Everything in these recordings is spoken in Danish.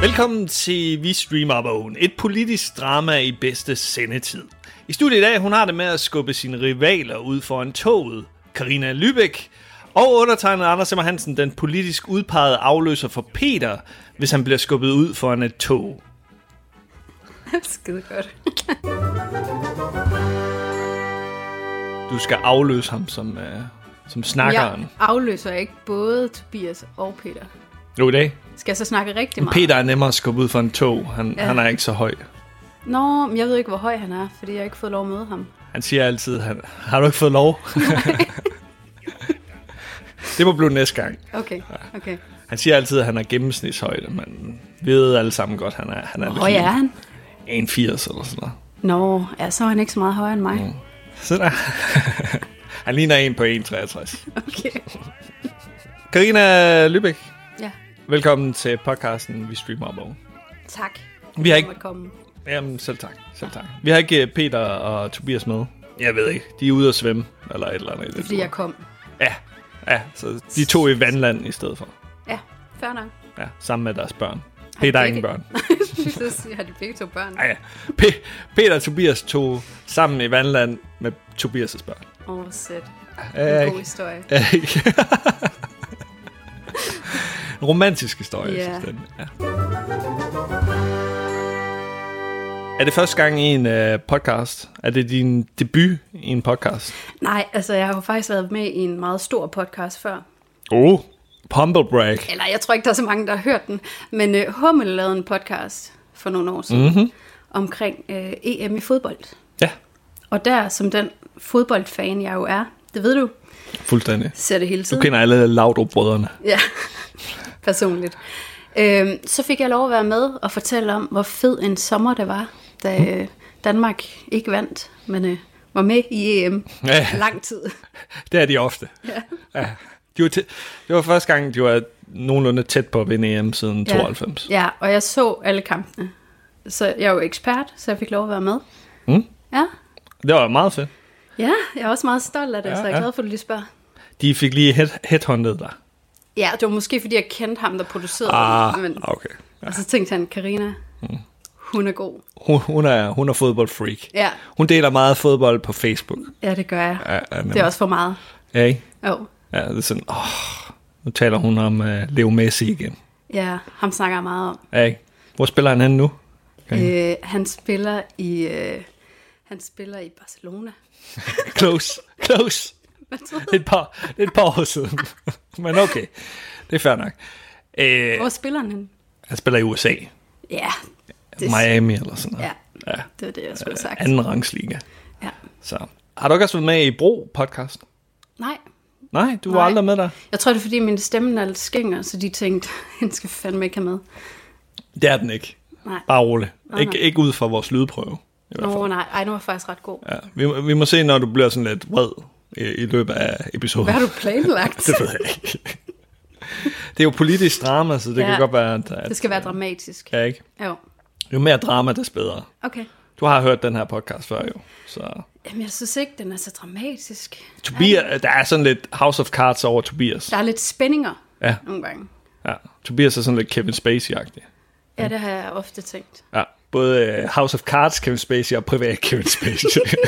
Velkommen til Vi Streamer Bogen, et politisk drama i bedste sendetid. I studiet i dag, hun har det med at skubbe sine rivaler ud foran toget, Karina Lübeck, og undertegnet Anders Simmer Hansen, den politisk udpegede afløser for Peter, hvis han bliver skubbet ud foran et tog. Skide godt. Du skal afløse ham som snakkeren. Jeg afløser ikke både Tobias og Peter. Jo, i dag. Skal jeg så snakke rigtig meget? Peter er nemmere at skubbe ud for en tog. Han er ikke så høj. Nå, men jeg ved ikke, hvor høj han er, fordi jeg har ikke fået lov at møde ham. Han siger altid, har du ikke fået lov? Det må blive næste gang. Okay. Han siger altid, at han er gennemsnitshøjde, men vi ved alle sammen godt, han er hvor høj er han? 1,80 eller sådan noget. Nå, ja, så er han ikke så meget højere end mig. Så der. Han ligner en på 1,63. Okay. Karina Lübeck. Ja. Velkommen til podcasten Vi Streamer Bogen. Tak. Vi har ikke... komme. Jamen, selv tak. Vi har ikke Peter og Tobias med. Jeg ved ikke. De er ude at svømme, eller et eller andet. Det er fordi, jeg kom. Ja, så de to i vandland i stedet for. Ja, fair nok. Ja, sammen med deres børn. Peter har ingen børn. Så har de begge to børn. Ja. Peter og Tobias tog sammen i vandland med Tobias' børn. Sæt. En god historie. En romantisk historie, yeah. synes jeg. Ja. Er det første gang i en podcast? Er det din debut i en podcast? Nej, altså jeg har jo faktisk været med i en meget stor podcast før. Humble brag. Eller jeg tror ikke, der er så mange, der har hørt den. Men Hummel lavede en podcast for nogle år siden omkring EM i fodbold. Ja. Og der, som den fodboldfan jeg jo er, det ved du, fuldstændig. Ser det hele tiden. Du kender alle Laudrup-brødrene. Ja, personligt. Så fik jeg lov at være med og fortælle om, hvor fed en sommer det var, da Danmark ikke vandt, men var med i EM lang tid. Det er de ofte. Ja. Det var første gang, de var nogenlunde tæt på at vinde EM siden 92. Ja, og jeg så alle kampene. Så jeg er jo ekspert, så jeg fik lov at være med. Ja. Det var meget fedt. Ja, jeg er også meget stolt af det, så jeg er glad for, at du lige spørger. De fik lige headhunted dig. Ja, det var måske, fordi jeg kendte ham, der producerede men, okay. Ja. Og så tænkte han, Karina, hun er god. Hun er fodboldfreak. Ja. Hun deler meget fodbold på Facebook. Ja, det gør jeg. Ja, det er også for meget. Ja, ikke? Jo. Ja, det er sådan, nu taler hun om Leo Messi igen. Ja, ham snakker jeg meget om. Ja, ikke? Hvor spiller han henne nu? Han spiller i Barcelona. Close. Et par år siden. Men okay, det er fair nok. Hvor spiller han henne? Han spiller i USA. Ja. Miami eller sådan noget. Ja, det var det, jeg skulle have sagt. Anden rangsliga. Ja. Så. Har du ikke også været med i Bro-podcast? Nej, du var aldrig med der. Jeg tror, det er fordi, min stemme er lidt skænger, så de tænkte, han skal fandme ikke have med. Det er den ikke. Nej. Bare rolig. Ikke ud fra vores lydprøve. Nej, nu var faktisk ret god. Ja, vi må se, når du bliver sådan lidt vred i løbet af episoden. Hvad har du planlagt? Det ved jeg ikke. Det er jo politisk drama, så det kan godt være, at det skal være dramatisk. Ja, ikke? Jo. Jo mere drama, des bedre. Okay. Du har hørt den her podcast før, jo. Så. Jamen, jeg synes ikke, den er så dramatisk. Tobias, der er sådan lidt House of Cards over Tobias. Der er lidt spændinger nogle gange. Ja, Tobias er sådan lidt Kevin Spacey-agtig. Ja, det har jeg ofte tænkt. Ja, både House of Cards Kevin Spacey og privat Kevin Spacey.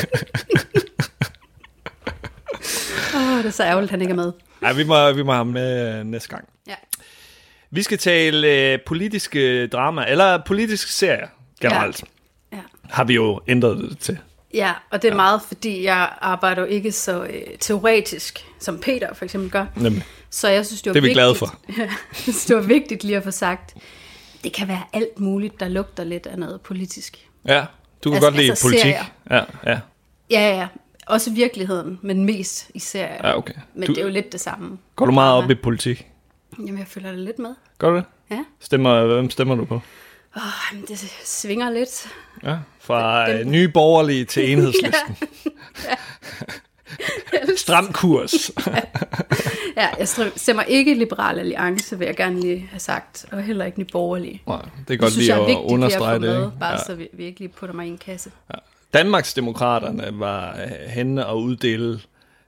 Det er så ærgerligt, han ikke er med. Ja, vi må have med næste gang. Ja. Vi skal tale politiske drama, eller politiske serier generelt. Ja. Har vi jo ændret det til. Ja, og det er meget, fordi jeg arbejder jo ikke så teoretisk, som Peter for eksempel gør. Nemlig. Så jeg synes, det er vi glade for. Ja, det var vigtigt lige at få sagt, det kan være alt muligt, der lugter lidt af noget politisk. Ja, du kan godt lide politik. Serier. Ja. Også virkeligheden, men mest i serier. Ja, okay. Men det er jo lidt det samme. Går du meget op i politik? Jamen, jeg følger det lidt med. Gør du det? Ja. Hvem stemmer du på? Det svinger lidt. Ja, fra Nye Borgerlige til Enhedslisten. Ja. Stram kurs. Ja, jeg stemmer ikke Liberal Alliance, vil jeg gerne lige have sagt, og heller ikke Nye Borgerlige. Nej, det er godt lige at understrege det. Bare så vi ikke lige putter mig i en kasse. Ja. Danmarksdemokraterne var henne og uddele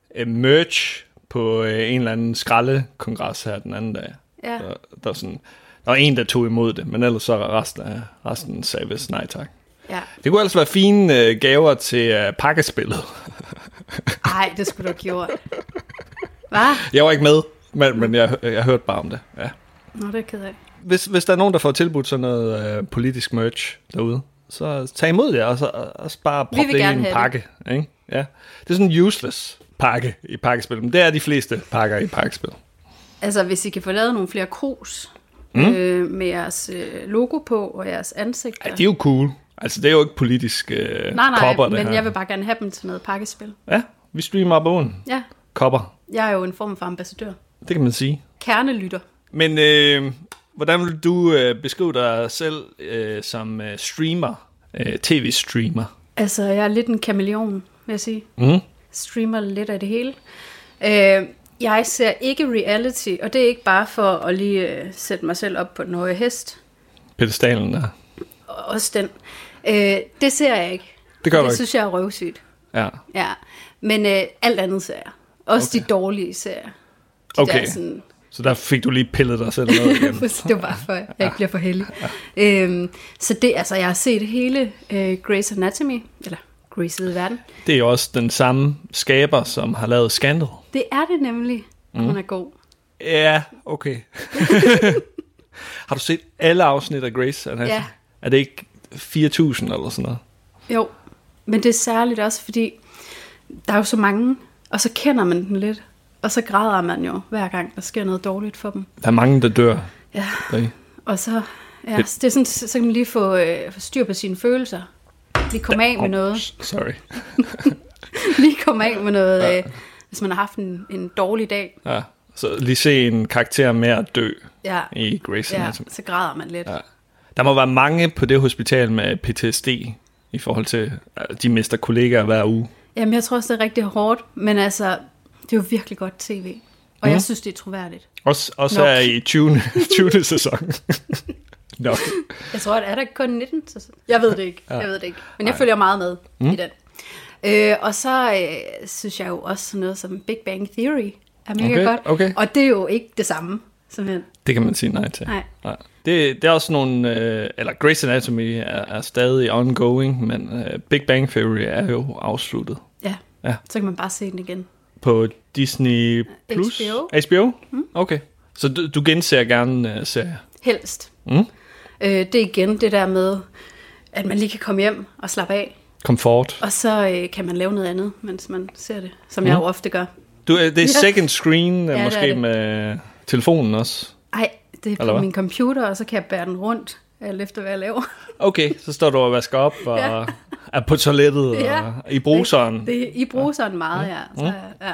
merch på en eller anden skraldekongres her den anden dag. Ja. Der sådan, Der var en, der tog imod det, men ellers så resten sagde vist nej tak. Ja. Det kunne ellers være fine gaver til pakkespillet. Ej, det skulle du have gjort. Hvad? Jeg var ikke med, men jeg hørte bare om det. Ja. Nå, det er ked af. Hvis der er nogen, der får tilbudt sådan noget politisk merch derude, så tag imod det, og så bare prop det i en pakke. Ikke? Ja. Det er sådan en useless pakke i pakkespil, men det er de fleste pakker i pakkespil. Altså, hvis I kan få lavet nogle flere krus med jeres logo på og jeres ansigter. Ja, de er jo cool. Altså, det er jo ikke politisk kopper, men jeg vil bare gerne have dem til noget pakkespil. Ja, vi streamer bogen. Ja. Kopper. Jeg er jo en form for ambassadør. Det kan man sige. Kernelytter. Men hvordan vil du beskrive dig selv som streamer, tv-streamer? Altså, jeg er lidt en kameleon, vil jeg sige. Streamer lidt af det hele. Jeg ser ikke reality, og det er ikke bare for at lige sætte mig selv op på den høje hest. Pedestalen der. Også den. Det ser jeg ikke. Det gør du ikke. Det synes jeg er røvsygt. Ja. Men alt andet ser jeg. Også de dårlige serier. Okay. Så der fik du lige pillet dig selv noget igen. Det var bare for, at jeg ikke bliver for heldig. Så det, altså, jeg har set hele Grey's Anatomy, eller Grey's Verden. Det er jo også den samme skaber, som har lavet Scandal. Det er det nemlig. Hun er god. Ja, okay. Har du set alle afsnit af Grey's Anatomy? Ja. Er det ikke 4.000 eller sådan noget? Jo, men det er særligt også, fordi der er jo så mange, og så kender man den lidt. Og så græder man jo, hver gang der sker noget dårligt for dem. Der er mange, der dør. Ja, og så, det er sådan, så kan man lige få styr på sine følelser. Lige komme af med noget. Sorry. Lige komme af med noget, hvis man har haft en dårlig dag. Ja, så lige se en karakter mere dø i Grey's Anatomy. Ja, så græder man lidt. Ja. Der må være mange på det hospital med PTSD, i forhold til, at de mister kollegaer hver uge. Jamen, jeg tror også, det er rigtig hårdt, men altså, det er jo virkelig godt tv. Og jeg synes, det er troværdigt. Også er i 20. sæson. Nok. Jeg tror, er der kun 19 sæson? Jeg ved det ikke. Men jeg følger meget med i den. Og så synes jeg jo også sådan noget som Big Bang Theory er mega godt. Okay. Og det er jo ikke det samme, simpelthen. Det kan man sige nej til. Nej. Det er også nogle, eller Grey's Anatomy er stadig ongoing, men Big Bang Theory er jo afsluttet. Ja, så kan man bare se den igen. På Disney Plus? HBO? Okay. Så du genser gerne serier? Helst. Det er igen det der med, at man lige kan komme hjem og slappe af. Komfort. Og så kan man lave noget andet, mens man ser det, som jeg jo ofte gør. Det er second screen, måske det. Med telefonen også? Nej, det er på min computer, og så kan jeg bære den rundt, alt efter hvad jeg laver. Okay, så står du og vasker op og er på toilettet og i bruseren. Det er i bruseren meget, Så,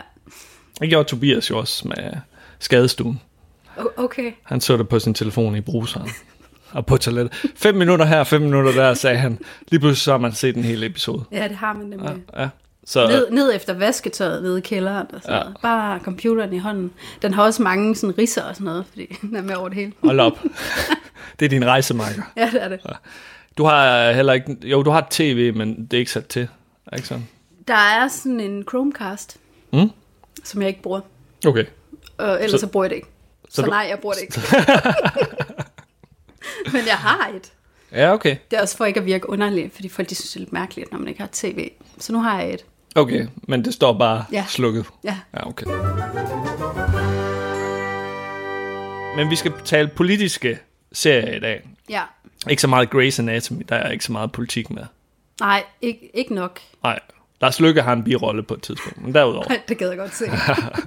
Det gjorde Tobias jo også med skadestuen. Okay. Han så det på sin telefon i bruseren og på toilettet. 5 minutter her, 5 minutter der, sagde han. Lige pludselig så har man set en hel episode. Ja, det har man nemlig. Ja. Så, ned efter vasketøjet nede i kælderen og sådan noget. Bare computeren i hånden. Den har også mange sådan ridser og sådan noget, fordi den er med over det hele. Hold op. Det er din rejsemarker. Ja, det er det. Ja. Du har heller ikke... Jo, du har et tv, men det er ikke sat til. Er ikke sådan? Der er sådan en Chromecast, som jeg ikke bruger. Okay. Ellers så bruger jeg det ikke. Så nej, jeg bruger det ikke. Men jeg har et. Ja, okay. Det er også for ikke at virke underligt, fordi folk de synes det er lidt mærkeligt, når man ikke har tv. Så nu har jeg et. Okay, men det står bare slukket. Ja, okay. Men vi skal tale politiske serier i dag. Ja. Ikke så meget Grey's Anatomy, der er ikke så meget politik med. Nej, ikke nok. Nej, Lars Løkke har en birolle på et tidspunkt, men derudover. Det kan jeg godt se.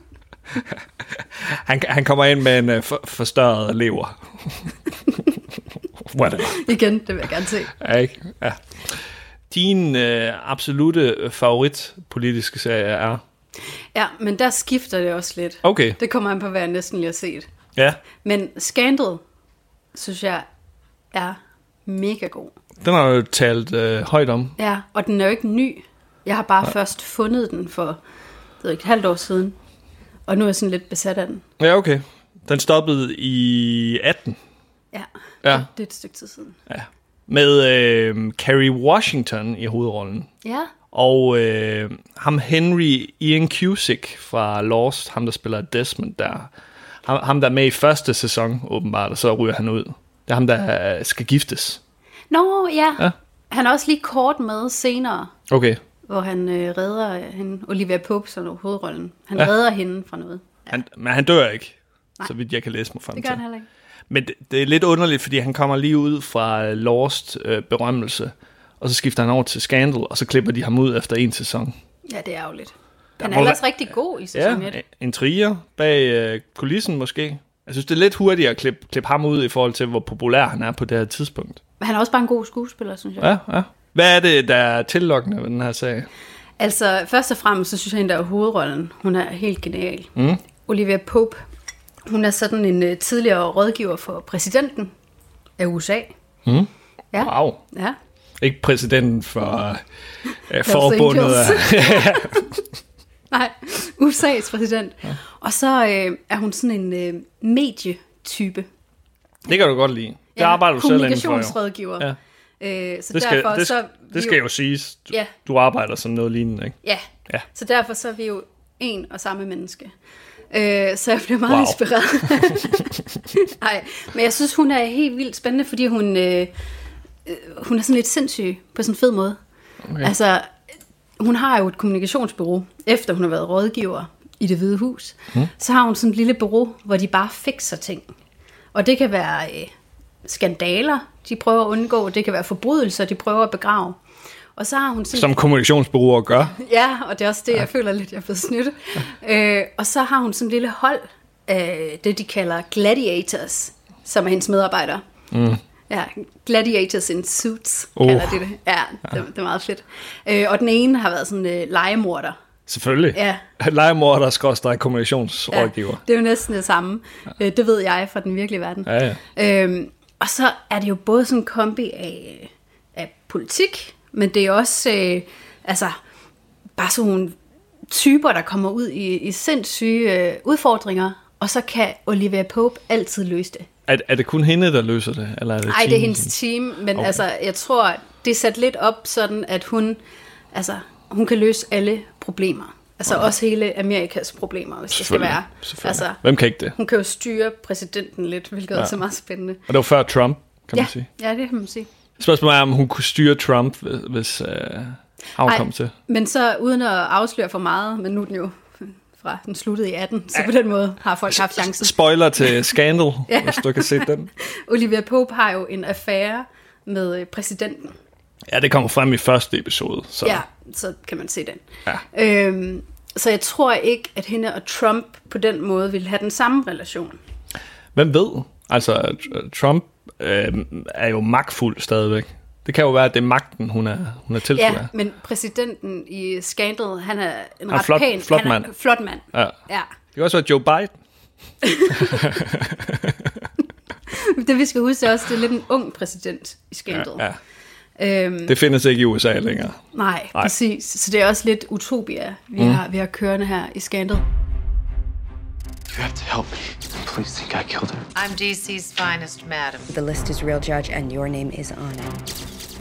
han kommer ind med en forstørret lever. Whatever. Igen, det vil jeg gerne se. Ja, ikke? Ja. Din absolute favorit politiske serie er? Ja, men der skifter det også lidt. Okay. Det kommer an på, hvad jeg næsten lige har set. Ja. Men Scandal, synes jeg, er mega god. Den har du talt højt om. Ja, og den er jo ikke ny. Jeg har bare først fundet den for et halvt år siden. Og nu er jeg sådan lidt besat af den. Ja, okay. Den stoppede i 18. Ja. Det er et stykke tid siden. Ja. Med Kerry Washington i hovedrollen. Ja. Og ham Henry Ian Cusick fra Lost, ham der spiller Desmond der, Ham, der er med i første sæson, åbenbart, og så ryger han ud. Det er ham, der skal giftes. Nå, ja. Han er også lige kort med senere. Okay. Hvor han redder hende, Olivia Pope, som er hovedrollen. Han redder hende fra noget. Ja. Men han dør ikke, så vidt jeg kan læse mig frem til. Det gør han heller ikke. Men det er lidt underligt, fordi han kommer lige ud fra Lost berømmelse, og så skifter han over til Scandal, og så klipper de ham ud efter en sæson. Ja, det er ærgerligt. Han er ellers rigtig god i sæson 1. Ja, intriger bag kulissen måske. Jeg synes, det er lidt hurtigt at klippe ham ud i forhold til, hvor populær han er på det her tidspunkt. Men han er også bare en god skuespiller, synes jeg. Ja. Hvad er det, der er tillokkende ved den her sag? Altså, først og fremmest, så synes jeg, at der er hovedrollen. Hun er helt genial. Olivia Pope. Hun er sådan en tidligere rådgiver for præsidenten af USA. Ja. Wow. Ja. Ikke præsidenten for forbundet af... Nej, USA's præsident. Ja. Og så er hun sådan en medietype. Det kan du godt lide. Det arbejder du selv indenfor. Kommunikationsrådgiver. Ja. Så det skal jo siges. Du arbejder som noget lignende, ikke? Ja. Så derfor så er vi jo en og samme menneske. Så jeg bliver meget inspireret. Nej, men jeg synes, hun er helt vildt spændende, fordi hun er sådan lidt sindssyg på sådan en fed måde. Okay. Altså, hun har jo et kommunikationsbureau, efter hun har været rådgiver i Det Hvide Hus. Så har hun sådan et lille bureau, hvor de bare fikser ting. Og det kan være skandaler, de prøver at undgå. Det kan være forbrydelser, de prøver at begrave. Og så har hun sådan... Som kommunikationsbureauer gør. Ja, og det er også det, jeg føler lidt, jeg er blevet snydt. Og så har hun sådan et lille hold af det, de kalder gladiators, som er hendes medarbejdere. Ja, gladiators in suits, kalder de det. Ja, det er meget fedt. Og den ene har været sådan legemorder. Selvfølgelig. Ja. Legemorder skråstreg kommunikationsrådgiver. Ja, det er jo næsten det samme. Det ved jeg fra den virkelige verden. Ja. Og så er det jo både sådan en kombi af politik, men det er også bare sådan nogle typer, der kommer ud i sindssyge udfordringer, og så kan Olivia Pope altid løse det. Er det kun hende, der løser det? Eller er det det er hendes team, men okay. Jeg tror, det er sat lidt op sådan, at hun kan løse alle problemer. Også hele Amerikas problemer, hvis det skal være. Hvem kan ikke det? Hun kan jo styre præsidenten lidt, hvilket også er meget spændende. Og det var før Trump, kan man sige. Ja, det kan man sige. Spørgsmålet er, om hun kunne styre Trump, hvis han kom til. Men så uden at afsløre for meget, men nu er den jo fra den sluttede i 18, så på den måde har folk haft chancen. Spoiler til Scandal, hvis du kan se den. Olivia Pope har jo en affære med præsidenten. Ja, det kommer frem i første episode. Så. Ja, så kan man se den. Ja. Så jeg tror ikke, at hende og Trump på den måde ville have den samme relation. Hvem ved? Altså, Trump er jo magtfuld stadigvæk. Det kan jo være, at det er magten, hun er tilføjet. Ja, men præsidenten i Scandal, han er en ret pæn... Flot mand. Flot mand. Ja. Det kan også være Joe Biden. Det vi skal huske, er også, det er lidt en ung præsident i Scandal. Ja. Det findes ikke i USA længere. Nej, præcis. Så det er også lidt utopia, vi har kørende her i Scandal. You have to help me. Please think I killed her. I'm DC's finest, madam. The list is real, Judge, and your name is on it.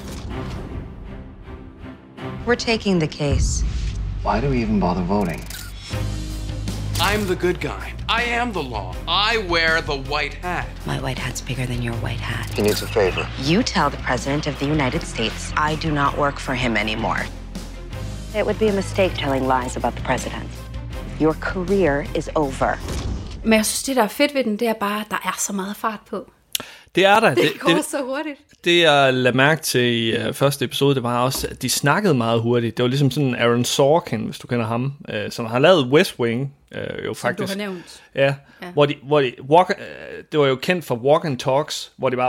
We're taking the case. Why do we even bother voting? I'm the good guy. I am the law. I wear the white hat. My white hat's bigger than your white hat. He needs a favor. You tell the President of the United States I do not work for him anymore. It would be a mistake telling lies about the President. Your career is over. Men jeg synes, det der er fedt ved den, det er bare, at der er så meget fart på. Det er der. Det går så hurtigt. Det jeg lagde mærke til i første episode, det var også, at de snakkede meget hurtigt. Det var ligesom sådan Aaron Sorkin, hvis du kender ham, som har lavet West Wing. Jo, faktisk. Som du har nævnt. Ja. Hvor de det var jo kendt for walk and talks, hvor de bare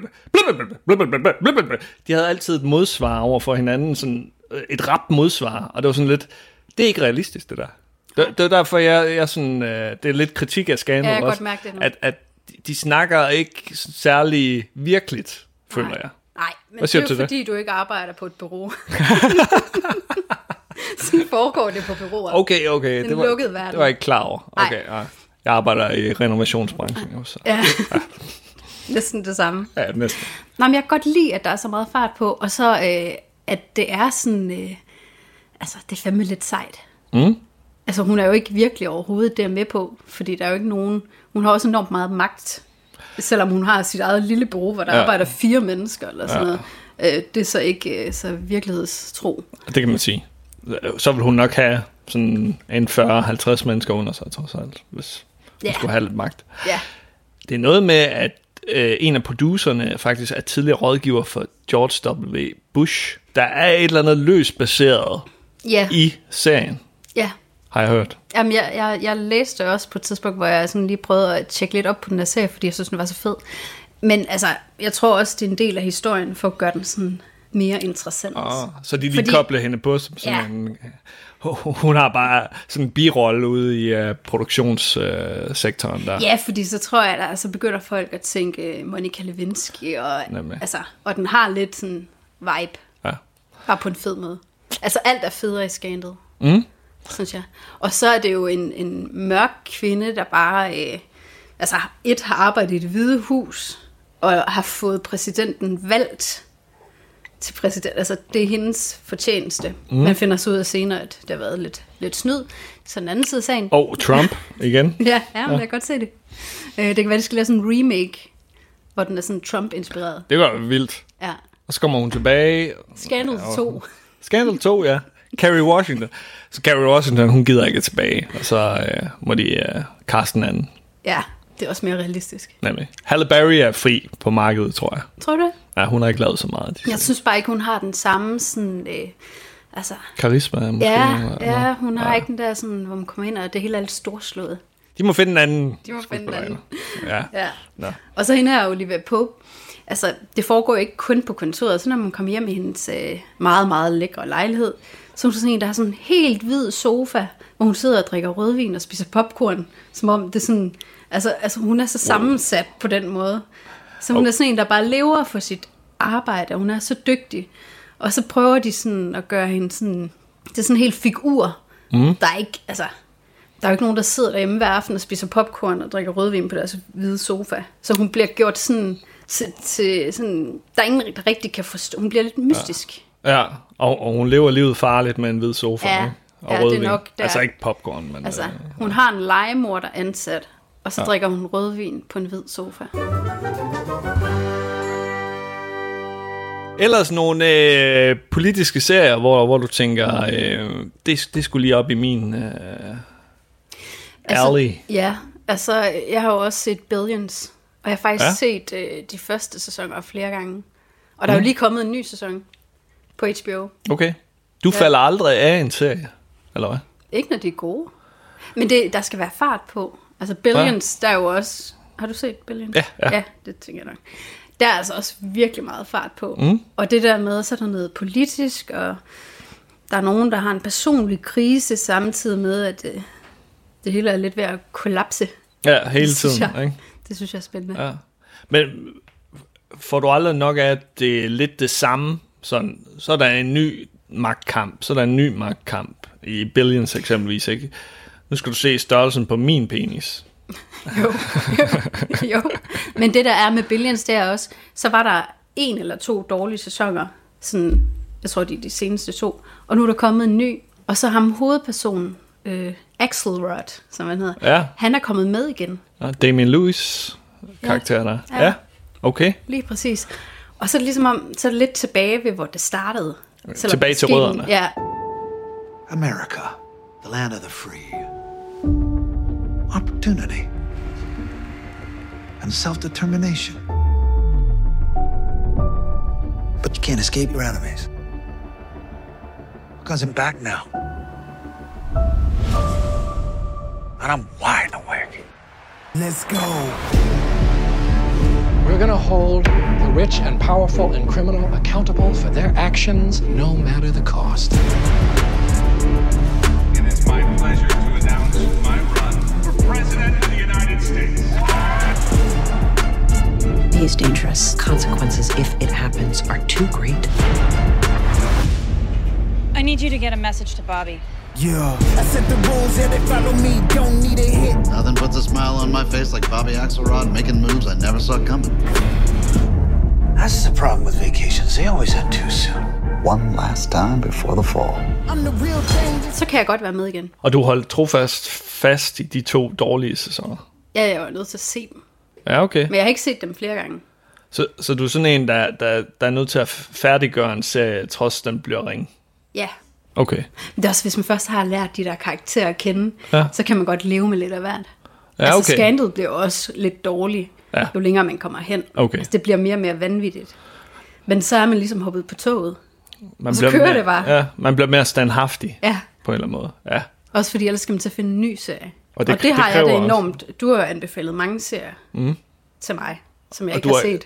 de havde altid et modsvar over for hinanden, sådan et rapt modsvar, og det var sådan lidt, det er ikke realistisk det der. Det er derfor jeg sådan, det er lidt kritik af Scandal også. Ja, jeg kan godt mærke det nu. At de snakker ikke særlig virkeligt, føler jeg. Nej, men det er jo fordi, du ikke arbejder på et bureau. Sådan foregår det på bureauer. Okay. Det var jeg ikke klar over. Okay, ja. Jeg arbejder i renovationsbranchen også. Ja. Næsten det samme. Ja, næsten. Nå, men jeg kan godt lide, at der er så meget fart på, og så at det er sådan, det er fandme lidt sejt. altså hun er jo ikke virkelig overhovedet der med på, fordi der er jo ikke nogen, hun har også enormt meget magt, selvom hun har sit eget lille bureau, hvor der arbejder 4 mennesker eller sådan noget. Det er så ikke så virkelighedstro. Det kan man sige. Så vil hun nok have sådan en 40-50 mennesker under sig, trods alt, hvis hun skulle have lidt magt. Ja. Det er noget med, at en af producerne faktisk er tidligere rådgiver for George W. Bush. Der er et eller andet løst baseret i serien. Ja. Har jeg hørt. Jamen, jeg læste også på et tidspunkt, hvor jeg sådan lige prøvede at tjekke lidt op på den her serie, fordi jeg synes, den var så fed. Men altså, jeg tror også, det er en del af historien, for at gøre den sådan mere interessant. Så de lige kobler hende på som sådan en... Hun har bare sådan en birolle ude i produktionssektoren der. Ja, fordi så tror jeg, at så begynder folk at tænke Monica Lewinsky, og den har lidt sådan vibe. Ja. Bare på en fed måde. Altså alt er federe i Scandal, synes jeg. Og så er det jo en mørk kvinde, der bare har arbejdet i Det Hvide Hus, og har fået præsidenten valgt til præsident. Altså, det er hendes fortjeneste. Man finder så ud af senere, at der har været lidt snyd. Så den anden side af sagen... Trump igen. ja, jeg kan godt se det. Det kan være, de skal lave sådan en remake, hvor den er sådan Trump-inspireret. Det var vildt. Ja. Og så kommer hun tilbage... Scandal 2. Scandal 2, ja. Kerry Washington. Så Kerry Washington, hun gider ikke tilbage. Og så må de kaste en anden. Ja, det er også mere realistisk. Nemlig. Halle Berry er fri på markedet, tror jeg. Tror du det? Ja, hun har ikke lavet så meget. Jeg synes bare ikke, hun har den samme sådan... karisma, måske. Ja, hun har ikke den der sådan, hvor man kommer ind, og det hele er lidt storslået. De må finde en anden. Ja. Og så hende her, Olivia Pope. Altså, det foregår ikke kun på kontoret. Så når man kommer hjem i hendes meget, meget lækre lejlighed, så er hun sådan en, der har sådan en helt hvid sofa, hvor hun sidder og drikker rødvin og spiser popcorn, som om det er sådan... Altså hun er så sammensat på den måde. Så hun er sådan en, der bare lever for sit arbejde, og hun er så dygtig. Og så prøver de sådan at gøre hende sådan... Det er sådan en hel figur. Der er ikke... Altså, der er jo ikke nogen, der sidder derhjemme hver aften og spiser popcorn og drikker rødvin på deres hvide sofa. Så hun bliver gjort sådan... til sådan, der er ingen, der rigtig kan forstå. Hun bliver lidt mystisk. Ja, og hun lever livet farligt med en hvid sofa. Ja, og rødvin. det er nok der. Altså ikke popcorn, men... Altså, hun har en legemorder ansat, og så drikker hun rødvin på en hvid sofa. Ellers nogle politiske serier, hvor du tænker, det skulle lige op i min alley. Ja, altså jeg har jo også set Billions, og jeg har faktisk set de første sæsoner flere gange. Og der er jo lige kommet en ny sæson på HBO. Okay. Du falder aldrig af en serie, eller hvad? Ikke når de er gode. Men der skal være fart på. Altså Billions, der er jo også... Har du set Billions? Ja, det tænker jeg nok. Der er altså også virkelig meget fart på. Og det der med, så er der noget politisk, og der er nogen, der har en personlig krise, samtidig med, at det hele er lidt ved at kollapse. Ja, hele tiden. Ikke? Det synes jeg er spændende. Ja. Men får du aldrig nok af, at det er lidt det samme? Så er der en ny magtkamp. I Billions eksempelvis, ikke? Nu skal du se størrelsen på min penis. Jo. Men det der er med Billions, det er også, så var der 1 eller 2 dårlige sæsoner, sådan, jeg tror de seneste 2, og nu er der kommet en ny, og så ham hovedpersonen, Axelrod, som han hedder, han er kommet med igen. Ja, Damian Lewis karakter der. Ja, okay. Lige præcis. Og så er det ligesom om, så er det lidt tilbage ved, hvor det startede. Tilbage til rødderne. Ja. America, the land of the free. Opportunity and self-determination. But you can't escape your enemies. Because I'm back now. And I'm wide awake. Let's go. We're gonna hold the rich and powerful and criminal accountable for their actions, no matter the cost. It is my pleasure to announce my run for President of the United States. He is dangerous. Consequences, if it happens, are too great. I need you to get a message to Bobby. Yeah. I set the rules, yeah, they follow me, don't need a hit. Nothing puts a smile on my face like Bobby Axelrod making moves I never saw coming. That's the problem with vacations. They always end too soon. one last time before the fall. Så kan jeg godt være med igen. Og du holdt trofast fast i de 2 dårlige sæsoner? Ja, jeg var nødt til at se dem. Ja, okay. Men jeg har ikke set dem flere gange. Så du er sådan en, der er nødt til at færdiggøre en serie, trods den bliver ring? Ja. Okay. Men det er også, hvis man først har lært de der karakterer at kende, så kan man godt leve med lidt af hvert. Ja, altså okay. Scandal bliver også lidt dårlig, jo længere man kommer hen. Okay. Altså, det bliver mere og mere vanvittigt. Men så er man ligesom hoppet på toget. Og så kører det bare. Ja, man bliver mere standhaftig på en eller anden måde. Ja. Også fordi ellers skal man til at finde en ny serie. Og det har jeg da enormt. Også. Du har anbefalet mange serier til mig, som jeg ikke har set.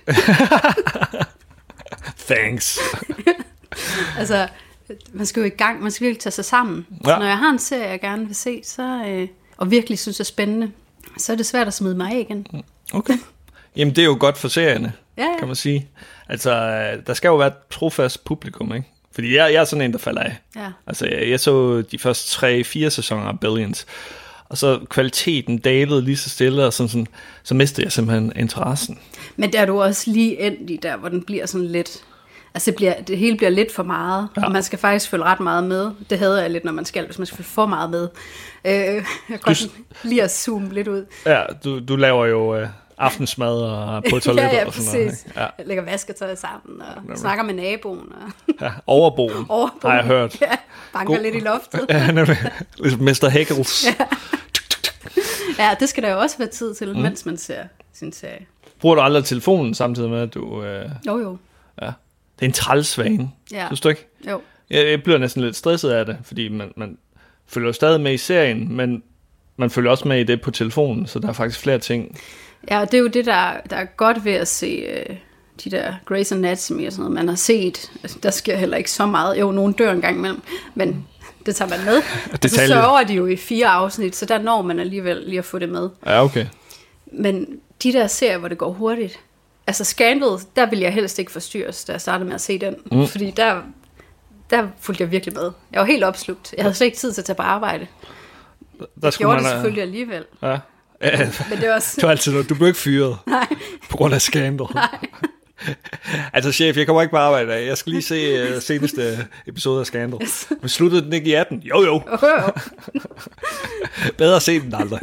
Thanks. Altså, man skal jo i gang, man skal virkelig tage sig sammen. Ja. Så når jeg har en serie, jeg gerne vil se, så, og virkelig synes er spændende, så er det svært at smide mig af igen. Okay. Jamen, det er jo godt for serierne, kan man sige. Altså, der skal jo være et trofast publikum, ikke? Fordi jeg er sådan en, der falder af. Ja. Altså, jeg så de første 3-4 sæsoner af Billions, og så kvaliteten dalede lige så stille, og sådan, så mistede jeg simpelthen interessen. Men der er du også lige endt i der, hvor den bliver sådan lidt... Altså det hele bliver lidt for meget, og man skal faktisk følge ret meget med. Det hader jeg lidt, når man skal, hvis man skal følge for meget med. Jeg kan godt lige at zoome lidt ud. Ja, du laver jo aftensmad og på toilettet ja, og sådan noget. Ja. Jeg lægger vasketøj sammen og snakker med naboen. Og overboen, har jeg hørt. Ja, banker lidt i loftet. Ja, ligesom Mr. Heckles. Ja, det skal der jo også være tid til, mens man ser sin serie. Bruger du aldrig telefonen samtidig med, at du... Jo. Ja. Det er en trælsvane, synes du ikke? Jo. Jeg bliver næsten lidt stresset af det, fordi man følger jo stadig med i serien, men man følger også med i det på telefonen, så der er faktisk flere ting. Ja, og det er jo det, der er godt ved at se de der Grey's Anatomy og sådan noget, man har set. Altså, der sker heller ikke så meget. Jo, nogen dør en gang imellem, men det tager man med. Og så sørger de jo i 4 afsnit, så der når man alligevel lige at få det med. Ja, okay. Men de der serier, hvor det går hurtigt, altså Scandal, der ville jeg helst ikke forstyrres, da jeg startede med at se den. Fordi der fulgte jeg virkelig med. Jeg var helt opslugt. Jeg havde slet ikke tid til at tage på arbejde. Jeg gjorde det selvfølgelig alligevel. Ja. Men det var også... Det var altid noget. Du blev ikke fyret. Nej. På grund af Scandal. Nej. Altså chef, jeg kommer ikke på arbejde. Jeg skal lige se seneste episode af Scandal. Yes. Men sluttede den ikke i 18? Jo. Bedre se den aldrig.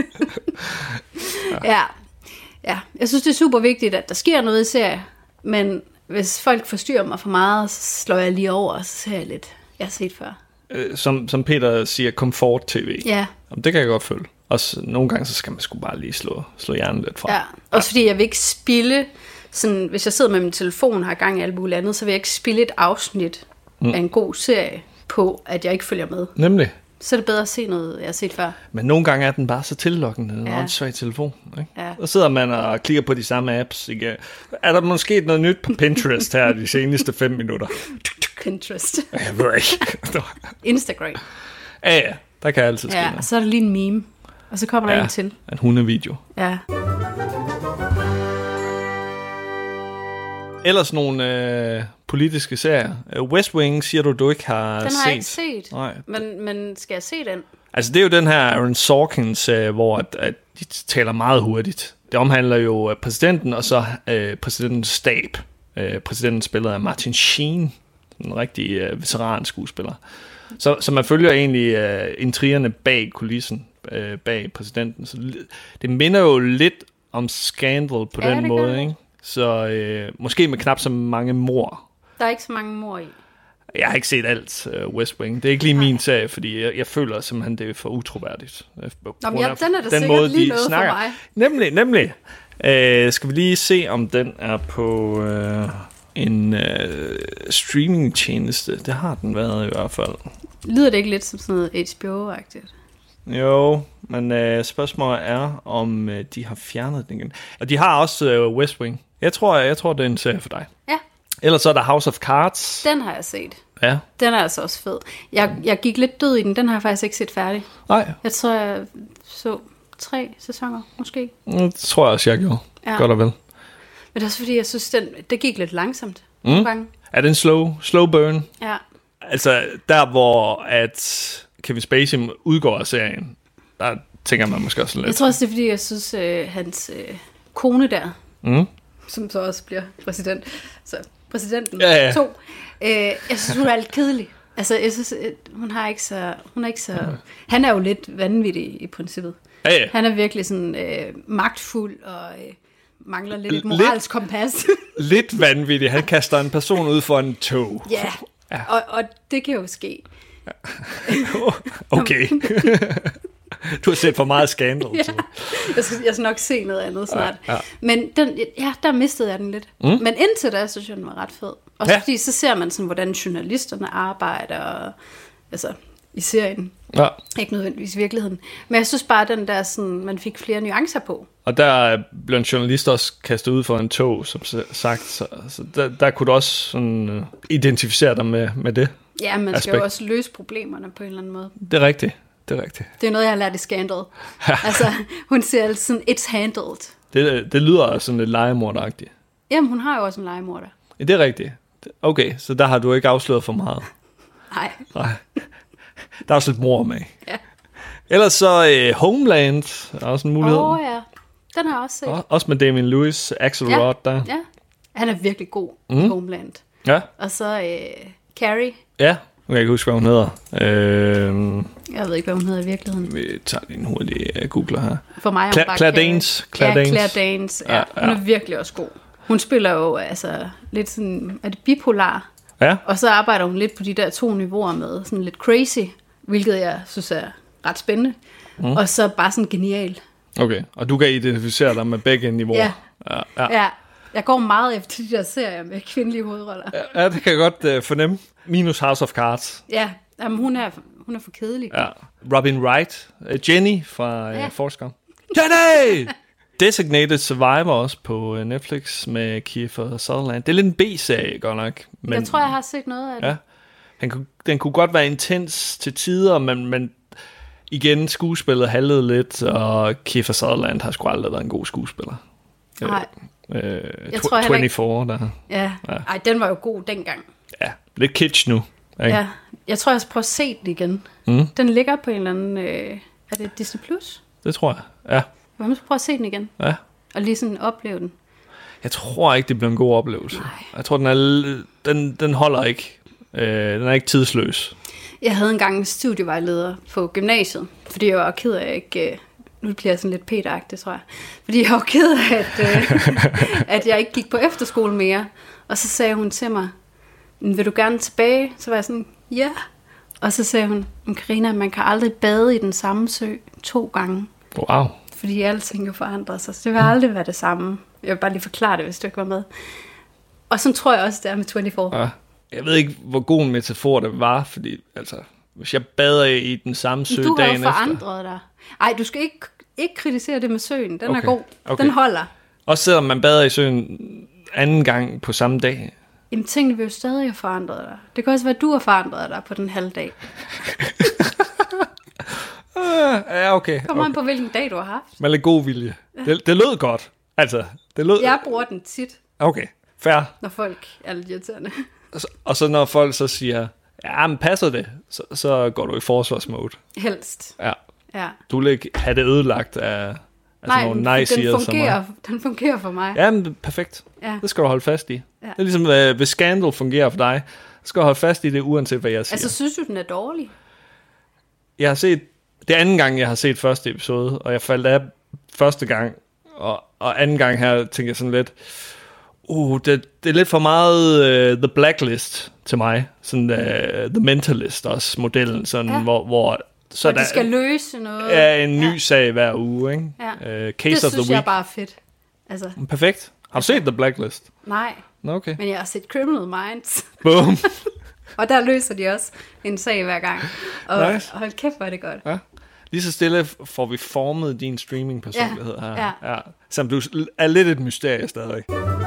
Ja, jeg synes, det er super vigtigt, at der sker noget i serien, men hvis folk forstyrrer mig for meget, så slår jeg lige over, og så ser jeg lidt. Jeg har set før. Som Peter siger, comfort-tv. Ja. Det kan jeg godt føle. Også nogle gange, så skal man sgu bare lige slå hjernen lidt fra. Ja, også fordi jeg vil ikke spille, sådan, hvis jeg sidder med min telefon og har gang i alt muligt andet, så vil jeg ikke spille et afsnit af en god serie på, at jeg ikke følger med. Nemlig. Så er det bedre at se noget, jeg har set før. Men nogle gange er den bare så tillokkende, den åndssvag telefon. Ikke? Ja. Så sidder man og klikker på de samme apps igen. Er der måske noget nyt på Pinterest her de seneste 5 minutter? Pinterest? Jeg ved ikke. Instagram? Ja, der kan altid ske noget. Og så er der lige en meme, og så kommer der en til. En hundevideo. Ja. Ellers nogle politiske serier. West Wing siger du ikke har set. Den har jeg ikke set. Nej. Men skal jeg se den? Altså det er jo den her Aaron Sorkins, hvor at de taler meget hurtigt. Det omhandler jo præsidenten og så præsidentens stab. Præsidenten spiller af Martin Sheen, en rigtig veteranskuespiller. Så man følger egentlig intrigerne bag kulissen, bag præsidenten. Så det minder jo lidt om Scandal på den måde, ikke? Så måske med knap så mange mord. Der er ikke så mange mord i. Jeg har ikke set alt West Wing. Det er ikke lige min sag, fordi jeg føler simpelthen, det er for utroværdigt. Den er da sikkert måde, lige noget snakker. For mig. Nemlig. Skal vi lige se, om den er på en streamingtjeneste. Det har den været i hvert fald. Lyder det ikke lidt som sådan noget HBO-agtigt? Jo, men spørgsmålet er, om de har fjernet den igen. Og de har også West Wing. Jeg tror, det er en serie for dig. Ja. Ellers så er der House of Cards. Den har jeg set. Ja. Den er altså også fed. Jeg gik lidt død i den. Den har jeg faktisk ikke set færdig. Nej. Jeg tror, jeg så 3 sæsoner, måske. Det tror jeg også, jeg gjorde. Ja. Godt og vel. Men det er også fordi, jeg synes, det gik lidt langsomt nogle gange. Er det en slow burn? Ja. Altså, der hvor at Kevin Spacey udgår af serien, der tænker man måske også lidt. Jeg tror også, det er fordi, jeg synes, hans kone der, som så også bliver præsident, så præsidenten Ja. 2. Jeg synes, hun er lidt kedelig. Altså, jeg synes, hun er ikke så... Han er jo lidt vanvittig i princippet. Ja. Han er virkelig sådan magtfuld og mangler lidt et moralsk kompas. Lidt vanvittig. Han kaster en person ud for en tog. Ja. Og det kan jo ske. Okay. Du har set for meget Scandal. Ja. Jeg skal nok se noget andet snart. Ja. Men der mistede jeg den lidt. Men indtil da, synes jeg, den var ret fed. Og fordi så ser man sådan, hvordan journalisterne arbejder, altså i serien. Ja. Ikke nødvendigvis i virkeligheden. Men jeg synes bare, den der sådan, man fik flere nuancer på. Og der blev en journalist også kastet ud for en tog, som sagt. Så der kunne du også sådan, identificere dig med det. Ja, man aspekt. skal jo også løse problemerne på en eller anden måde. Det er rigtigt. Det er noget, jeg har lært i Scandal. Altså, hun siger altid sådan, it's handled. Det lyder sådan lidt legemorderagtigt. Jamen, hun har jo også en legemorder. Ja, det er rigtigt. Okay, så der har du ikke afsløret for meget. Nej. Der er også lidt mor med. Ja. Ellers så Homeland er også en mulighed. Ja. Den har jeg også set. Også med Damian Lewis, Axelrod der. Ja, han er virkelig god i Homeland. Ja. Og så Carrie. Ja, jeg kan ikke huske, hvad hun hedder. Jeg ved ikke, hvad hun hedder i virkeligheden. Vi tager lige en hurtig googler her. For mig er hun bare Claire Danes. Claire Danes. Ja. Hun er virkelig også god. Hun spiller jo altså lidt sådan, er det bipolar? Ja. Og så arbejder hun lidt på de der 2 niveauer med sådan lidt crazy, hvilket jeg synes er ret spændende. Og så bare sådan genial. Okay, og du kan identificere dig med begge niveauer. Ja. Jeg går meget efter de der serier med kvindelige hovedroller. Ja, det kan jeg godt fornemme. Minus House of Cards. Ja, jamen, hun er for kedelig. Ja. Robin Wright. Jenny fra Forrest Gump. Jenny! Designated Survivor også på Netflix med Kiefer Sutherland. Det er lidt en B-serie, godt nok. Men, jeg tror, jeg har set noget af det. Ja. Den kunne godt være intens til tider, men igen, skuespillet haltede lidt, og Kiefer Sutherland har sgu aldrig været en god skuespiller. Nej. Jeg tror 24 der. Ja. Ej, den var jo god dengang. Ja, lidt kitsch nu. Ikke? Ja, jeg tror, jeg skal prøve at se den igen. Den ligger på en eller anden... er det Disney Plus? Det tror jeg, ja. Jeg må prøve at se den igen. Ja. Og lige sådan opleve den. Jeg tror ikke, det bliver en god oplevelse. Nej. Jeg tror, den holder ikke. Den er ikke tidsløs. Jeg havde engang en studievejleder på gymnasiet, fordi jeg var ked af ikke... Nu bliver jeg sådan lidt Peter-agtig, tror jeg. Fordi jeg var ked af, at jeg ikke gik på efterskole mere. Og så sagde hun til mig, vil du gerne tilbage? Så var jeg sådan, ja. Og så sagde hun, Karina, man kan aldrig bade i den samme sø 2 gange. Wow. Fordi alting jo forandrer sig. Så det vil aldrig være det samme. Jeg vil bare lige forklare det, hvis du ikke var med. Og så tror jeg også, det er med 24. Ja. Jeg ved ikke, hvor god en metafor det var, fordi altså, hvis jeg bader i den samme sø dagen efter... Du har jo forandret dig. Ej, du skal ikke kritisere det med søen. Den er god. Okay. Den holder. Også selvom man bader i søen anden gang på samme dag. Jamen, tingene vil jo stadig have forandret dig. Det kan også være, at du har forandret dig på den halve dag. Ja, okay. Kommer an på, hvilken dag du har haft. Med lidt god vilje. Det lød godt. Altså, det lød... Jeg bruger den tit. Okay, fair. Når folk er lidt irriterende. Og så når folk så siger, ja, men passer det, så går du i forsvarsmode. Helst. Ja. Du vil ikke have det ødelagt af nogle nej-siger som mig. Den fungerer for mig. Ja, men perfekt. Ja. Det skal du holde fast i. Ja. Det er ligesom, hvis Scandal fungerer for dig, så skal du holde fast i det, uanset hvad jeg siger. Altså, synes du, den er dårlig? Jeg har set, det er anden gang, jeg har set første episode, og jeg faldt af første gang, og anden gang her tænker jeg sådan lidt, det er lidt for meget The Blacklist til mig. Sådan The Mentalist også, modellen, sådan, hvor så de skal løse noget. Ja, en ny sag hver uge, ikke? Ja. Case det of the synes week. jeg bare er fedt. Altså. Perfekt. Har du set The Blacklist? Nej. Okay. Men jeg har set Criminal Minds. Boom. Og der løser de også en sag hver gang. Og nice. Hold kæft, hvor er det godt. Ja. Lige så stille får vi formet din streaming-personlighed her. Ja. Som du er lidt et mysterie stadig.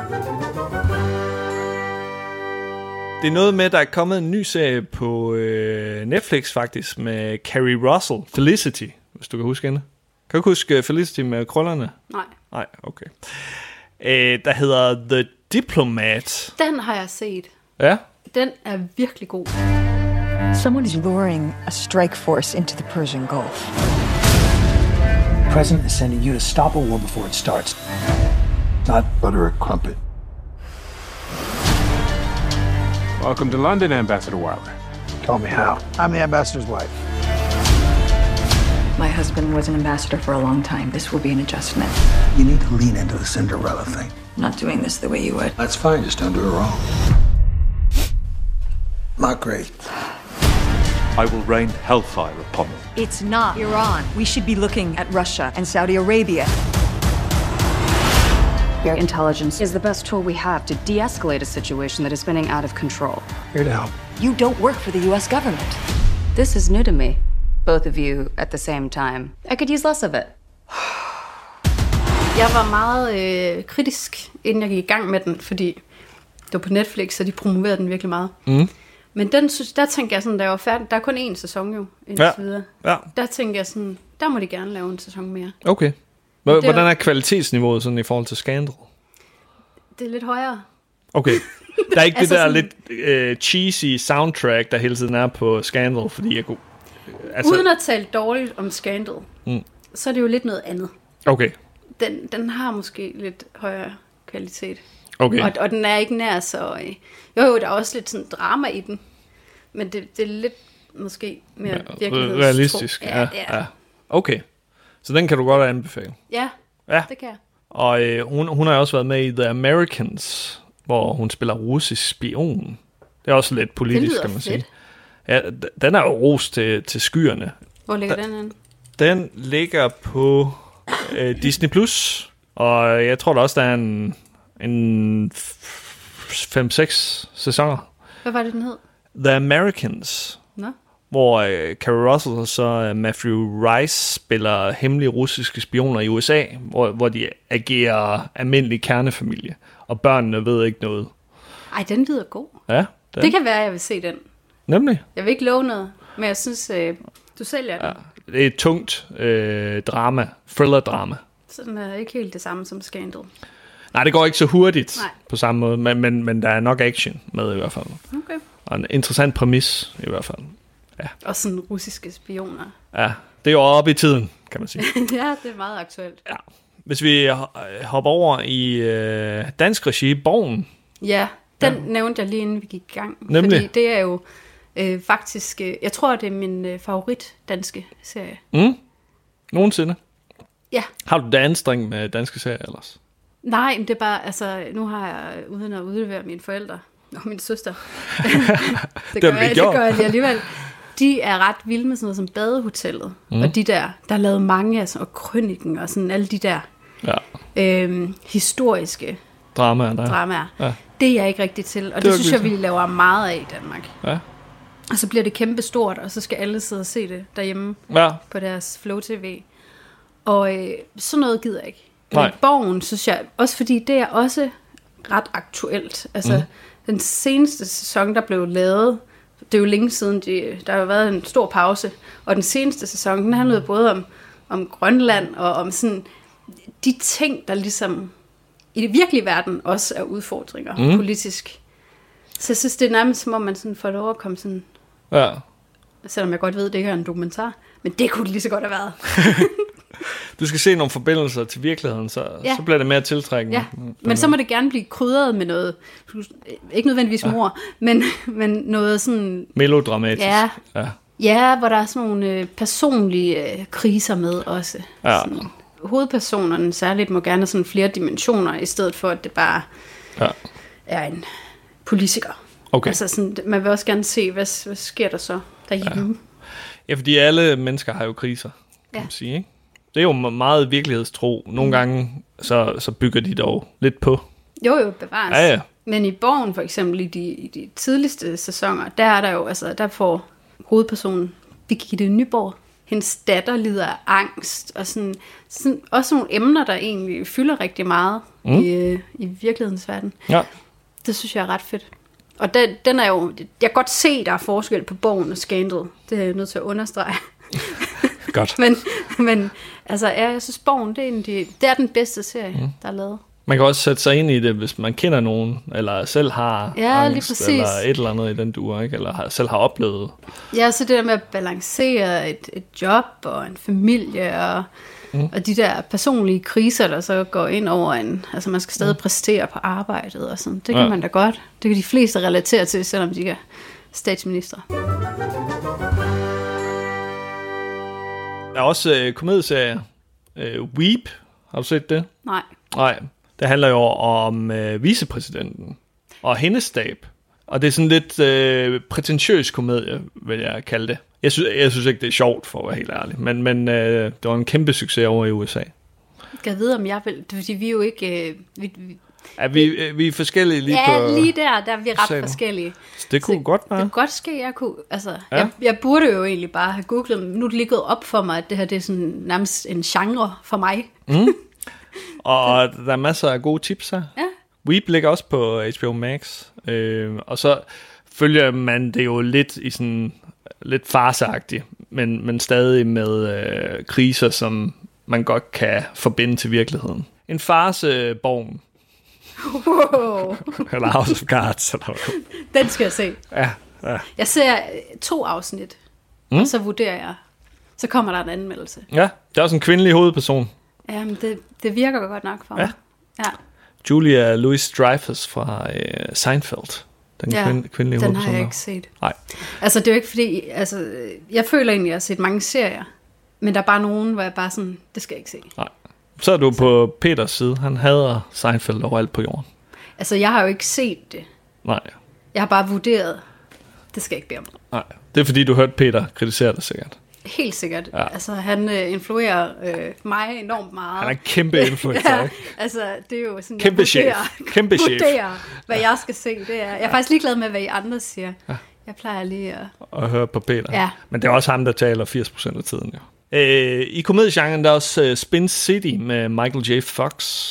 Det er noget med, der er kommet en ny serie på Netflix faktisk, med Carrie Russell, Felicity, hvis du kan huske hende. Kan du huske Felicity med krøllerne? Nej, okay. Der hedder The Diplomat. Den har jeg set. Ja? Den er virkelig god. Someone is luring a strike force into the Persian Gulf. The president is sending you to stop a war before it starts. Not butter a crumpet. Welcome to London, Ambassador Wilder. Tell me how. I'm the ambassador's wife. My husband was an ambassador for a long time. This will be an adjustment. You need to lean into the Cinderella thing. I'm not doing this the way you would. That's fine, just don't do it wrong. Not great. I will rain hellfire upon them. It's not Iran. We should be looking at Russia and Saudi Arabia. Your intelligence is the best tool we have to de-escalate a situation that is spinning out of control. Here to help. You don't work for the U.S. government. This is new to me. Both of you at the same time. I could use less of it. Jeg var meget kritisk, inden jeg gik i gang med den, fordi det var på Netflix, så de promoverede den virkelig meget. Men der tænkte jeg sådan, da jeg var færdig, der er kun én sæson jo, indtil videre. Ja. Der tænkte jeg sådan, der må de gerne lave en sæson mere. Okay. Hvordan er kvalitetsniveauet sådan i forhold til Scandal? Det er lidt højere. Okay. Der er ikke Altså det der sådan, lidt cheesy soundtrack, der hele tiden er på Scandal, fordi jeg kunne... Uden at tale dårligt om Scandal, så er det jo lidt noget andet. Okay. Den har måske lidt højere kvalitet. Okay. Og den er ikke nær så... Jo, der er også lidt sådan drama i den. Men det er lidt måske mere realistisk. Ja. Okay. Så den kan du godt anbefale. Ja, det kan jeg. Og hun har også været med i The Americans, hvor hun spiller russisk spion. Det er også lidt politisk, kan man sige. Ja, den er jo ros til skyerne. Hvor ligger den henne? Den ligger på Disney+, og jeg tror da også, der er en 5-6 sæsoner. Hvad var det, den hed? The Americans. Nå. Hvor Carrie Russell og så Matthew Rice spiller hemmelige russiske spioner i USA, hvor de agerer almindelig kernefamilie, og børnene ved ikke noget. Ej, den lyder god. Ja. Det kan være, jeg vil se den. Nemlig. Jeg vil ikke love noget, men jeg synes, du sælger den. Ja, det er et tungt drama, thriller-drama. Så den er ikke helt det samme som Scandal. Nej, det går ikke så hurtigt på samme måde, men der er nok action med i hvert fald. Okay. Og en interessant præmis i hvert fald. Ja. Og sådan russiske spioner. Ja, det er jo oppe i tiden, kan man sige. Ja, det er meget aktuelt. Ja. Hvis vi hopper over i dansk regi, Borgen. Ja, den nævnte jeg lige inden vi gik i gang. Nemlig. Fordi det er jo faktisk, jeg tror det er min favorit danske serie. Nogensinde? Ja. Har du det anstrengt med danske serier ellers? Nej, men det er bare, altså nu har jeg, uden at udlevere mine forældre og min søster, det gør jeg lige alligevel. De er ret vilde med sådan noget som Badehotellet, og de der lavede mange af sådan, og Krøniken og sådan alle de der historiske dramaer. Ja. Det er jeg ikke rigtig til, og det synes jeg, vi laver meget af i Danmark. Ja. Og så bliver det kæmpe stort, og så skal alle sidde og se det derhjemme på deres Flow TV. Og sådan noget gider jeg ikke. Men Borgen, synes jeg, også fordi det er også ret aktuelt. Altså, den seneste sæson, der blev lavet, det er jo længe siden, der har været en stor pause, og den seneste sæson, den handlede både om Grønland, og om sådan de ting, der ligesom i det virkelige verden også er udfordringer politisk. Så jeg synes, det er nærmest som om, man sådan får lov at komme sådan... Ja. Selvom jeg godt ved, det ikke er en dokumentar, men det kunne det lige så godt have været. Du skal se nogle forbindelser til virkeligheden, så bliver det mere tiltrækkende. Ja, men så må det gerne blive krydret med noget, ikke nødvendigvis mord, men noget sådan... melodramatisk. Ja, hvor der er sådan nogle personlige kriser med også. Ja. Sådan, hovedpersonerne særligt må gerne have sådan flere dimensioner, i stedet for, at det bare er en politiker. Okay. Altså sådan, man vil også gerne se, hvad sker der så derhjemme. Ja, fordi alle mennesker har jo kriser, kan man sige, ikke? Det er jo meget virkelighedstro. Nogle gange, så bygger de dog lidt på. Jo, bevares. Ja. Men i Borgen, for eksempel, i de tidligste sæsoner, der er der jo, altså, der får hovedpersonen Birgitte Nyborg, hendes datter lider af angst, og sådan også nogle emner, der egentlig fylder rigtig meget i virkelighedens verden. Ja. Det synes jeg er ret fedt. Og den er jo, jeg kan godt se, der er forskel på Borgen og Scandal. Det er jeg nødt til at understrege. Godt. men altså, jeg synes, Borgen, det er den bedste serie, der er lavet. Man kan også sætte sig ind i det, hvis man kender nogen, eller selv har angst, eller et eller andet i den duer, ikke? Eller selv har oplevet. Ja, så det der med at balancere et job og en familie, og Og de der personlige kriser, der så går ind over altså man skal stadig præstere på arbejdet og sådan, det kan man da godt. Det kan de fleste relatere til, selvom de er statsminister. Der er også komedieserier. Weep, har du set det? Nej, det handler jo om vicepræsidenten og hendes stab. Og det er sådan lidt prætentiøs komedie, vil jeg kalde det. Jeg synes ikke, det er sjovt, for at være helt ærlig. Men det var en kæmpe succes over i USA. Jeg kan vide, om jeg vil... Fordi vi er jo ikke... Vi er forskellige lige på... Ja, lige der er vi ret forskellige. Så det kunne godt være. Det kunne godt ske, jeg kunne... Altså, jeg burde jo egentlig bare have googlet, men nu er det lige gået op for mig, at det her det er sådan nærmest en genre for mig. Og der er masser af gode tips her. Ja. Weep ligger også på HBO Max. Og så følger man det jo lidt i sådan... lidt farseagtigt, men stadig med kriser, som man godt kan forbinde til virkeligheden. En farseborgen. Wow. Eller House of Cards. Den skal jeg se. Ja. Jeg ser 2 afsnit, og så vurderer jeg. Så kommer der en anmeldelse. Ja, det er også en kvindelig hovedperson. Jamen, det virker godt nok for mig. Ja. Julia Louis-Dreyfus fra Seinfeld. Den kvindelige den hovedperson. Har jeg ikke set. Nej. Altså, det er jo ikke fordi... Altså, jeg føler egentlig, at jeg har set mange serier. Men der er bare nogen, hvor jeg bare sådan... Det skal jeg ikke se. Nej. Så er du på Peters side. Han hader Seinfeld overalt på jorden. Altså, jeg har jo ikke set det. Nej. Jeg har bare vurderet... Det skal jeg ikke bede om. Nej. Det er fordi, du hørte Peter kritisere det sikkert. Helt sikkert. Ja. Altså, han influerer mig enormt meget. Han er en kæmpe influencer, ikke? Altså, det er jo sådan... Kæmpe chef. Vurderer, hvad jeg skal se. Det er. Jeg er faktisk ligeglad med, hvad I andre siger. Ja. Jeg plejer lige at høre på Peter. Ja. Men det er også ham, der taler 80% af tiden, jo. I komediegenren der er også Spin City med Michael J. Fox.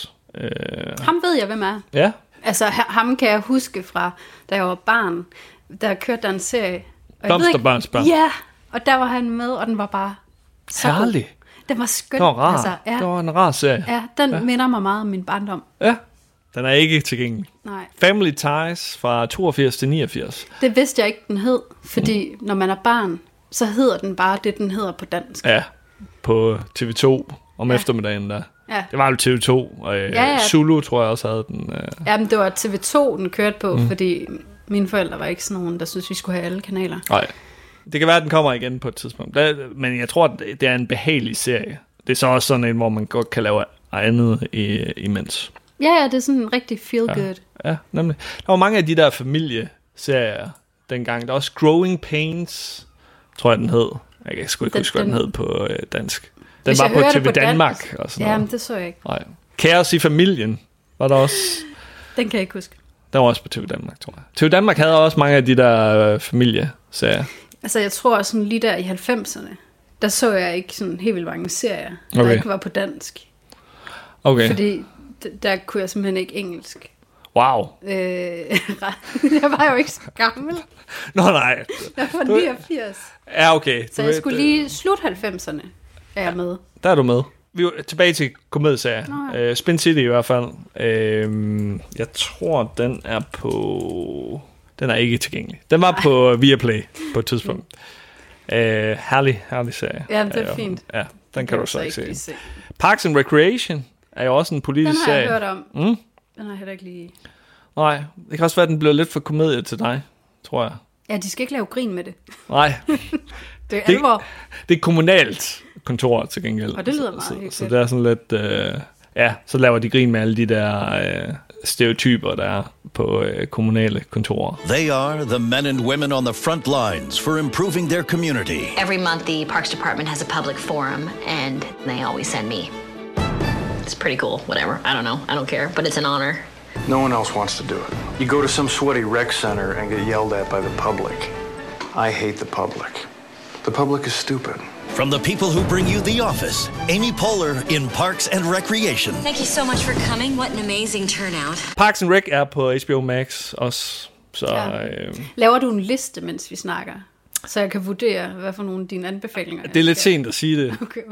Ham ved jeg, hvem er. Ja. Altså, ham kan jeg huske fra, da jeg var barn. Der kørte der en serie. Blomsterbørnsbørn. Ja, og der var han med, og den var bare så herlig. God. Den var skøn. Det var rar. Altså, ja. Det var en rar serie. Ja, den minder mig meget om min barndom. Ja, den er ikke tilgængelig. Nej. Family Ties fra 82 til 89. Det vidste jeg ikke, den hed, fordi når man er barn, så hedder den bare det, den hedder på dansk. Ja, på TV2 om eftermiddagen der. Ja. Det var jo TV2, og Zulu tror jeg også havde den. Jamen, det var TV2, den kørte på, fordi mine forældre var ikke sådan nogen, der synes vi skulle have alle kanaler. Nej. Det kan være, at den kommer igen på et tidspunkt. Men jeg tror, det er en behagelig serie. Det er så også sådan en, hvor man godt kan lave andet imens. Ja, det er sådan en rigtig feel good. Ja, nemlig. Der var mange af de der familieserier dengang. Der er også Growing Pains, tror jeg, den hed. Jeg kan sgu ikke huske, hvad den hed på dansk. Den var på TV Danmark. Og sådan jamen, det så jeg ikke. Nej. Kaos i familien var der også. Den kan jeg ikke huske. Den var også på TV Danmark, tror jeg. TV Danmark havde også mange af de der familieserier. Altså, jeg tror sådan lige der i 90'erne, der så jeg ikke sådan helt vildt mange serier, der ikke var på dansk. Okay. Fordi der kunne jeg simpelthen ikke engelsk. Wow. Jeg var jo ikke så gammel. Nå, nej. Jeg var 89. Ja, okay. Så jeg skulle lige slut 90'erne, er jeg med. Der er du med. Vi er tilbage til komedieserier. Spin City i hvert fald. Jeg tror, den er på... Den er ikke tilgængelig. Den var på Viaplay på et tidspunkt. Herlig serie. Ja, det er fint. Ja, den kan du så ikke se. Parks and Recreation er jo også en politisk serie. Den har jeg hørt om. Den har jeg heller ikke lige... Nej, det kan også være, at den bliver lidt for komedie til dig, tror jeg. Ja, de skal ikke lave grin med det. Nej. Det er alvor. Det er kommunalt kontor til gengæld. Og det lyder meget hyggeligt. Så det er sådan lidt... så laver de grin med alle de der stereotyper, der er på kommunale kontorer. They are the men and women on the front lines for improving their community. Every month, the Parks Department has a public forum, and they always send me. It's pretty cool, whatever. I don't know. I don't care, but it's an honor. No one else wants to do it. You go to some sweaty rec center and get yelled at by the public. I hate the public. The public is stupid. From the people who bring you The Office, Amy Poehler in Parks and Recreation. Thank you so much for coming. What an amazing turnout. Parks and Rec er på HBO Max også. Så, laver du en liste, mens vi snakker? Så jeg kan vurdere, hvad for nogle af dine anbefalinger det er lidt sent at sige det. Okay.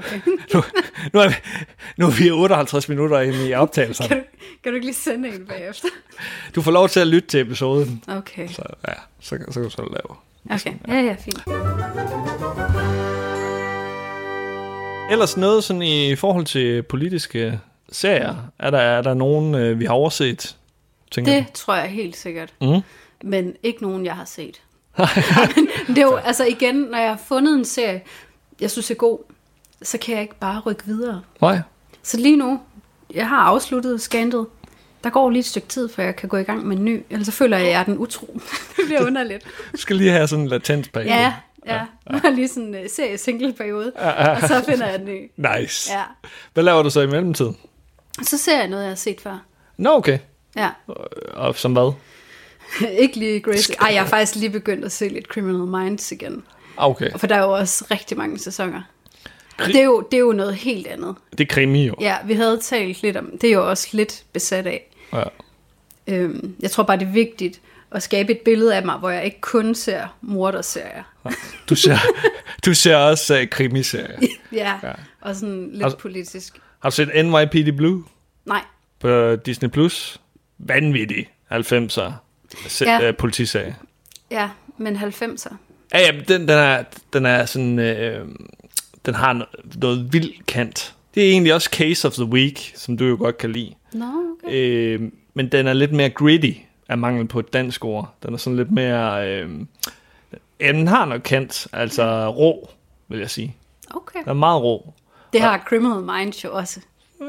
Nu er vi 58 minutter inde i optagelsen. Kan du ikke lige sende en bagefter? Du får lov til at lytte til episoden. Okay. Så kan du så lave. Okay, ja, fint. Ellers noget sådan i forhold til politiske serier. Er der nogen, vi har overset? Det tror jeg helt sikkert. Men ikke nogen, jeg har set. Men det er jo, altså igen, når jeg har fundet en serie, jeg synes er god, så kan jeg ikke bare rykke videre. Nej. Så lige nu, jeg har afsluttet Scandal. Der går lige et stykke tid, før jeg kan gå i gang med en ny. Ellers så føler jeg, at jeg er den utro. Det bliver underligt. Du skal lige have sådan en latent periode. Ja. Nu har jeg lige sådan en serie-single-periode, og så finder jeg en ny. Nice. Ja. Hvad laver du så i mellemtiden? Så ser jeg noget, jeg har set før. Nå, okay. Ja. Og som hvad? Ikke lige Grace. Ej, jeg har faktisk lige begyndt at se lidt Criminal Minds igen. Okay. For der er jo også rigtig mange sæsoner. Det er jo noget helt andet. Det er krimi jo. Ja, vi havde talt lidt om. Det er jo også lidt besat af. Ja. Jeg tror bare, det er vigtigt at skabe et billede af mig, hvor jeg ikke kun ser morderserier. Du ser også krimiserier. Ja, og sådan lidt politisk. Har du set NYPD Blue? Nej. På Disney+. Vanvittig 90'er politiserie. Ja, men 90'er. Ja, den er sådan... den har noget vildt kant. Det er egentlig også Case of the Week, som du jo godt kan lide. No, okay. Men den er lidt mere gritty, af mangel på et dansk ord. Den er sådan lidt mere... den har noget kant, altså rå, vil jeg sige. Okay. Den er meget rå. Det har Criminal Minds jo også.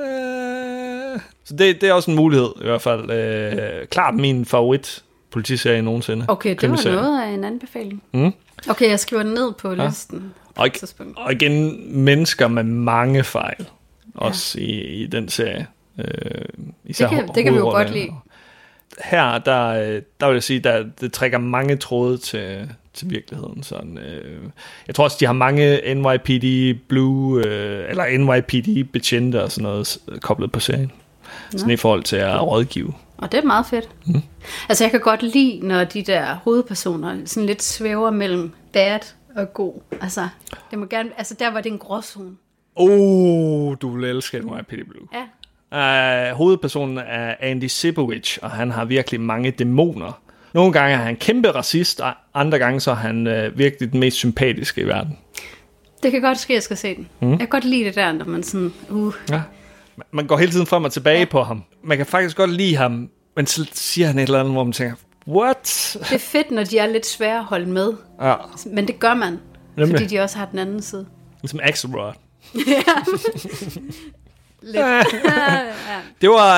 Så det er også en mulighed, i hvert fald. Klart min favorit politiserie nogensinde. Okay, det var noget af en anbefaling. Okay, jeg skriver den ned på listen. Og igen, mennesker med mange fejl, også i den serie. Det kan vi jo godt lide. Her, der vil jeg sige, det trækker mange tråde til virkeligheden. Sådan, jeg tror også, de har mange NYPD Blue, eller NYPD-betjente og sådan noget koblet på serien. Sådan i forhold til at rådgive. Og det er meget fedt. Altså, jeg kan godt lide, når de der hovedpersoner sådan lidt svæver mellem bad og god. Altså, det må gerne, altså der var det en gråzone. Du vil elske NYPD Blue. Ja. Hovedpersonen er Andy Sibowicz, og han har virkelig mange dæmoner. Nogle gange er han kæmpe racist, og andre gange så er han virkelig den mest sympatiske i verden. Det kan godt ske, at jeg skal se den. Jeg kan godt lide det der, når man sådan... Ja. Man går hele tiden frem og tilbage på ham. Man kan faktisk godt lide ham, men så siger han et eller andet, hvor man tænker, what? Det er fedt, når de er lidt svære at holde med. Ja. Men det gør man, fordi de også har den anden side. Ligesom Axelrod. Ja. Det var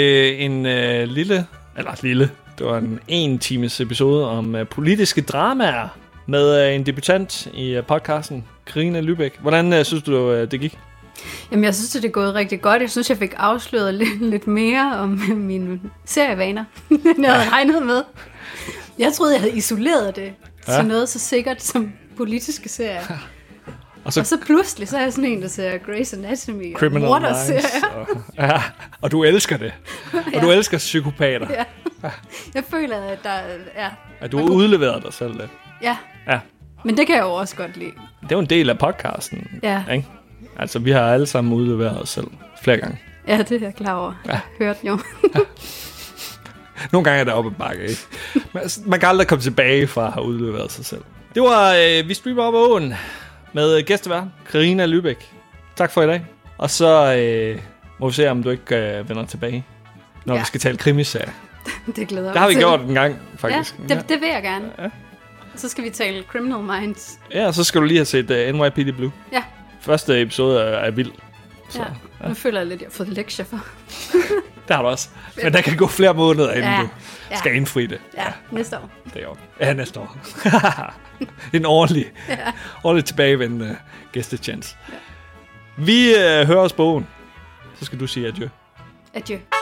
det var en times episode om politiske dramaer med en debutant i podcasten, Karina Lübeck. Hvordan synes du, det gik? Jamen, jeg synes, det er gået rigtig godt. Jeg synes, jeg fik afsløret lidt mere om mine serievaner, end jeg havde regnet med. Jeg troede, jeg havde isoleret det til noget så sikkert som politiske serier. Og så pludselig, så er jeg sådan en, der ser Grey's Anatomy og morderserier. Og du elsker det. Og du elsker psykopater. Ja. Jeg føler, at der er... At du har udleveret dig selv lidt. Ja. Men det kan jeg jo også godt lide. Det er jo en del af podcasten. Ja. Ikke? Altså, vi har alle sammen udleveret os selv flere gange. Ja, det er jeg klar over. Jeg hørte den jo. Nogle gange er det oppe ad bakke, ikke? Man kan aldrig komme tilbage fra at have udleveret sig selv. Det var Vi Streamer Op ad Åen med gæstevært Karina Lübeck. Tak for i dag. Og så må vi se, om du ikke vender tilbage, når vi skal tale krimiserier. Det glæder mig til. Det har vi gjort en gang, faktisk. Ja, det vil jeg gerne. Ja. Så skal vi tale Criminal Minds. Ja, og så skal du lige have set NYPD Blue. Ja. Første episode er vild. Så, nu føler jeg lidt, at jeg har fået lektier for. Det har du også. Men der kan gå flere måneder, inden du skal indfri det. Ja, næste år. Det er år. Ja, næste år. En ordentlig tilbagevendende gæstechance. Ja. Vi hører os på åen. Så skal du sige adieu. Adieu.